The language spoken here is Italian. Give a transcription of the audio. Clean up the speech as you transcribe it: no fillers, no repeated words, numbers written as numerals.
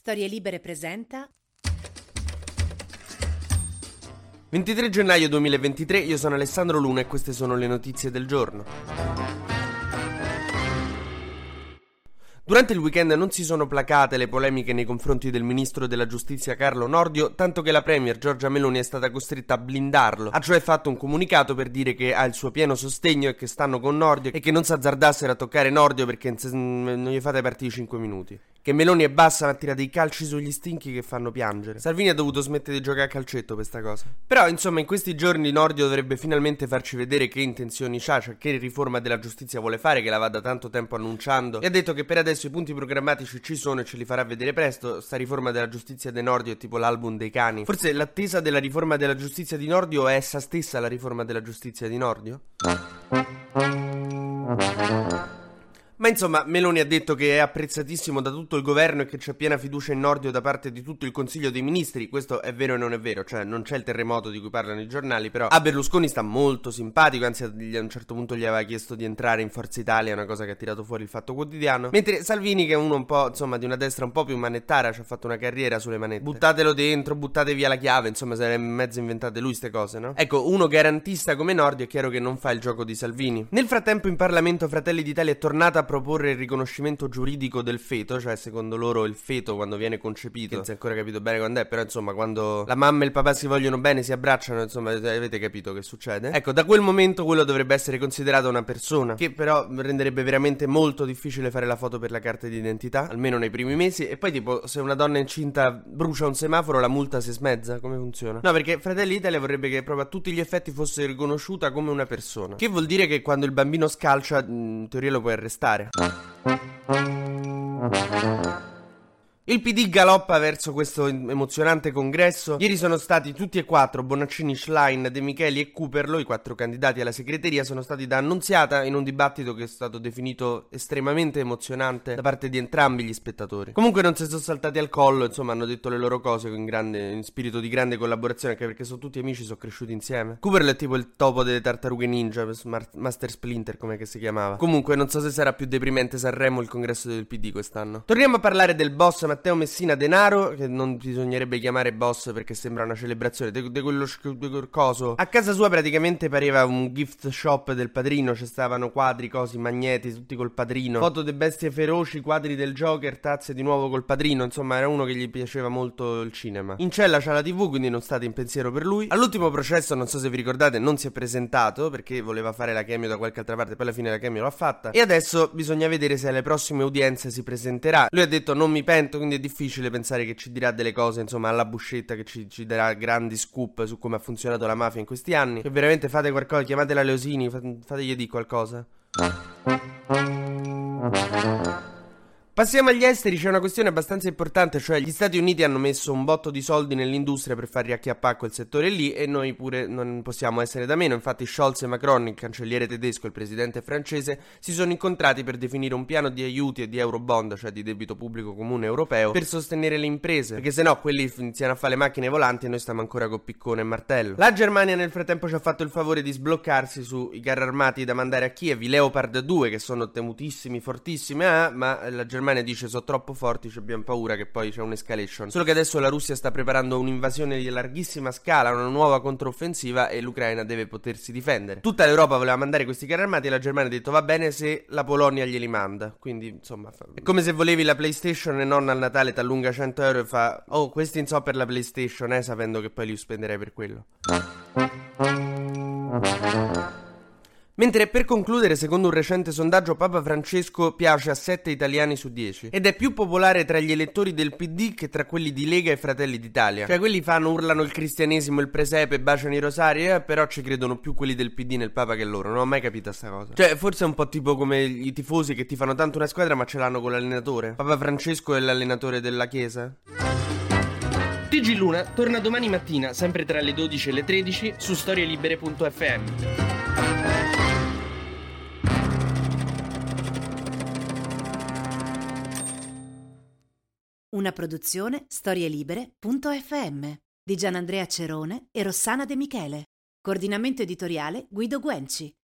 Storie Libere presenta 23 gennaio 2023, io sono Alessandro Luna e queste sono le notizie del giorno. Durante il weekend non si sono placate le polemiche nei confronti del ministro della giustizia Carlo Nordio, tanto che la premier Giorgia Meloni è stata costretta a blindarlo. Ha cioè fatto un comunicato per dire che ha il suo pieno sostegno e che stanno con Nordio e che non si azzardassero a toccare Nordio perché non gli fate partire 5 minuti. Che Meloni è bassa ma tira dei calci sugli stinchi che fanno piangere. Salvini ha dovuto smettere di giocare a calcetto per sta cosa. Però insomma in questi giorni Nordio dovrebbe finalmente farci vedere che intenzioni c'ha, cioè che riforma della giustizia vuole fare, che la va da tanto tempo annunciando. E ha detto che per adesso i punti programmatici ci sono e ce li farà vedere presto. Sta riforma della giustizia di Nordio è tipo l'album dei cani. Forse l'attesa della riforma della giustizia di Nordio è essa stessa la riforma della giustizia di Nordio? Ma insomma, Meloni ha detto che è apprezzatissimo da tutto il governo e che c'è piena fiducia in Nordio da parte di tutto il Consiglio dei Ministri. Questo è vero e non è vero, cioè non c'è il terremoto di cui parlano i giornali, però a Berlusconi sta molto simpatico, anzi a un certo punto gli aveva chiesto di entrare in Forza Italia, una cosa che ha tirato fuori il Fatto Quotidiano. Mentre Salvini, che è uno un po', insomma, di una destra un po' più manettara, ci ha fatto una carriera sulle manette. Buttatelo dentro, buttate via la chiave, insomma, se le mezzo inventate lui ste cose, no? Ecco, uno garantista come Nordio è chiaro che non fa il gioco di Salvini. Nel frattempo in Parlamento Fratelli d'Italia è tornata a proporre il riconoscimento giuridico del feto, cioè secondo loro il feto quando viene concepito, non si è ancora capito bene quando è, però insomma quando la mamma e il papà si vogliono bene, si abbracciano, insomma avete capito che succede? Ecco, da quel momento quello dovrebbe essere considerato una persona, che però renderebbe veramente molto difficile fare la foto per la carta d'identità, almeno nei primi mesi. E poi tipo se una donna incinta brucia un semaforo la multa si smezza, come funziona? No, perché Fratelli d'Italia vorrebbe che proprio a tutti gli effetti fosse riconosciuta come una persona, che vuol dire che quando il bambino scalcia in teoria lo puoi arrestare. Il PD galoppa verso questo emozionante congresso. Ieri sono stati tutti e quattro, Bonaccini, Schlein, De Micheli e Cooperlo, i quattro candidati alla segreteria, sono stati da Annunziata in un dibattito che è stato definito estremamente emozionante da parte di entrambi gli spettatori. Comunque non si sono saltati al collo, insomma hanno detto le loro cose in spirito di grande collaborazione, anche perché sono tutti amici, sono cresciuti insieme. Cooperlo è tipo il topo delle tartarughe ninja, Master Splinter come che si chiamava. Comunque non so se sarà più deprimente Sanremo il congresso del PD quest'anno. Torniamo a parlare del boss Matteo Messina Denaro, che non bisognerebbe chiamare boss perché sembra una celebrazione di quello coso. A casa sua praticamente pareva un gift shop del Padrino, ci stavano quadri, cosi, magneti, tutti col Padrino, foto di bestie feroci, quadri del Joker, tazze di nuovo col Padrino, insomma era uno che gli piaceva molto il cinema. In cella c'ha la TV, quindi non state in pensiero per lui. All'ultimo processo, non so se vi ricordate, non si è presentato perché voleva fare la cameo da qualche altra parte, poi alla fine la cameo l'ha fatta e adesso bisogna vedere se alle prossime udienze si presenterà. Lui ha detto non mi pento, quindi è difficile pensare che ci dirà delle cose, insomma, alla Buscetta, che ci darà grandi scoop su come ha funzionato la mafia in questi anni. Che veramente fate qualcosa, chiamatela Leosini, fategli di qualcosa. Passiamo agli esteri, c'è una questione abbastanza importante, cioè gli Stati Uniti hanno messo un botto di soldi nell'industria per far riacchiappare quel settore lì e noi pure non possiamo essere da meno. Infatti Scholz e Macron, il cancelliere tedesco e il presidente francese, si sono incontrati per definire un piano di aiuti e di eurobond, cioè di debito pubblico comune europeo, per sostenere le imprese, perché sennò quelli iniziano a fare le macchine volanti e noi stiamo ancora con piccone e martello. La Germania nel frattempo ci ha fatto il favore di sbloccarsi sui carri armati da mandare a Kiev, i Leopard 2, che sono temutissimi, fortissimi, ma la Germania dice sono troppo forti, abbiamo paura che poi c'è un'escalation. Solo che adesso la Russia sta preparando un'invasione di larghissima scala, una nuova controffensiva e l'Ucraina deve potersi difendere. Tutta l'Europa voleva mandare questi carri armati e la Germania ha detto va bene se la Polonia glieli manda. Quindi insomma è come se volevi la PlayStation e non al Natale t'allunga 100 euro e fa oh questi in so per la PlayStation sapendo che poi li spenderei per quello. Mentre per concludere, secondo un recente sondaggio, Papa Francesco piace a 7 italiani su 10 ed è più popolare tra gli elettori del PD che tra quelli di Lega e Fratelli d'Italia. Cioè quelli urlano il cristianesimo, il presepe, baciano i rosari, però ci credono più quelli del PD nel Papa che loro. Non ho mai capito sta cosa. Cioè forse è un po' tipo come i tifosi che tifano tanto una squadra ma ce l'hanno con l'allenatore. Papa Francesco è l'allenatore della chiesa. TG Luna torna domani mattina, sempre tra le 12 e le 13, su storielibere.fm. Una produzione storielibere.fm di Gianandrea Cerone e Rossana De Michele. Coordinamento editoriale Guido Guenci.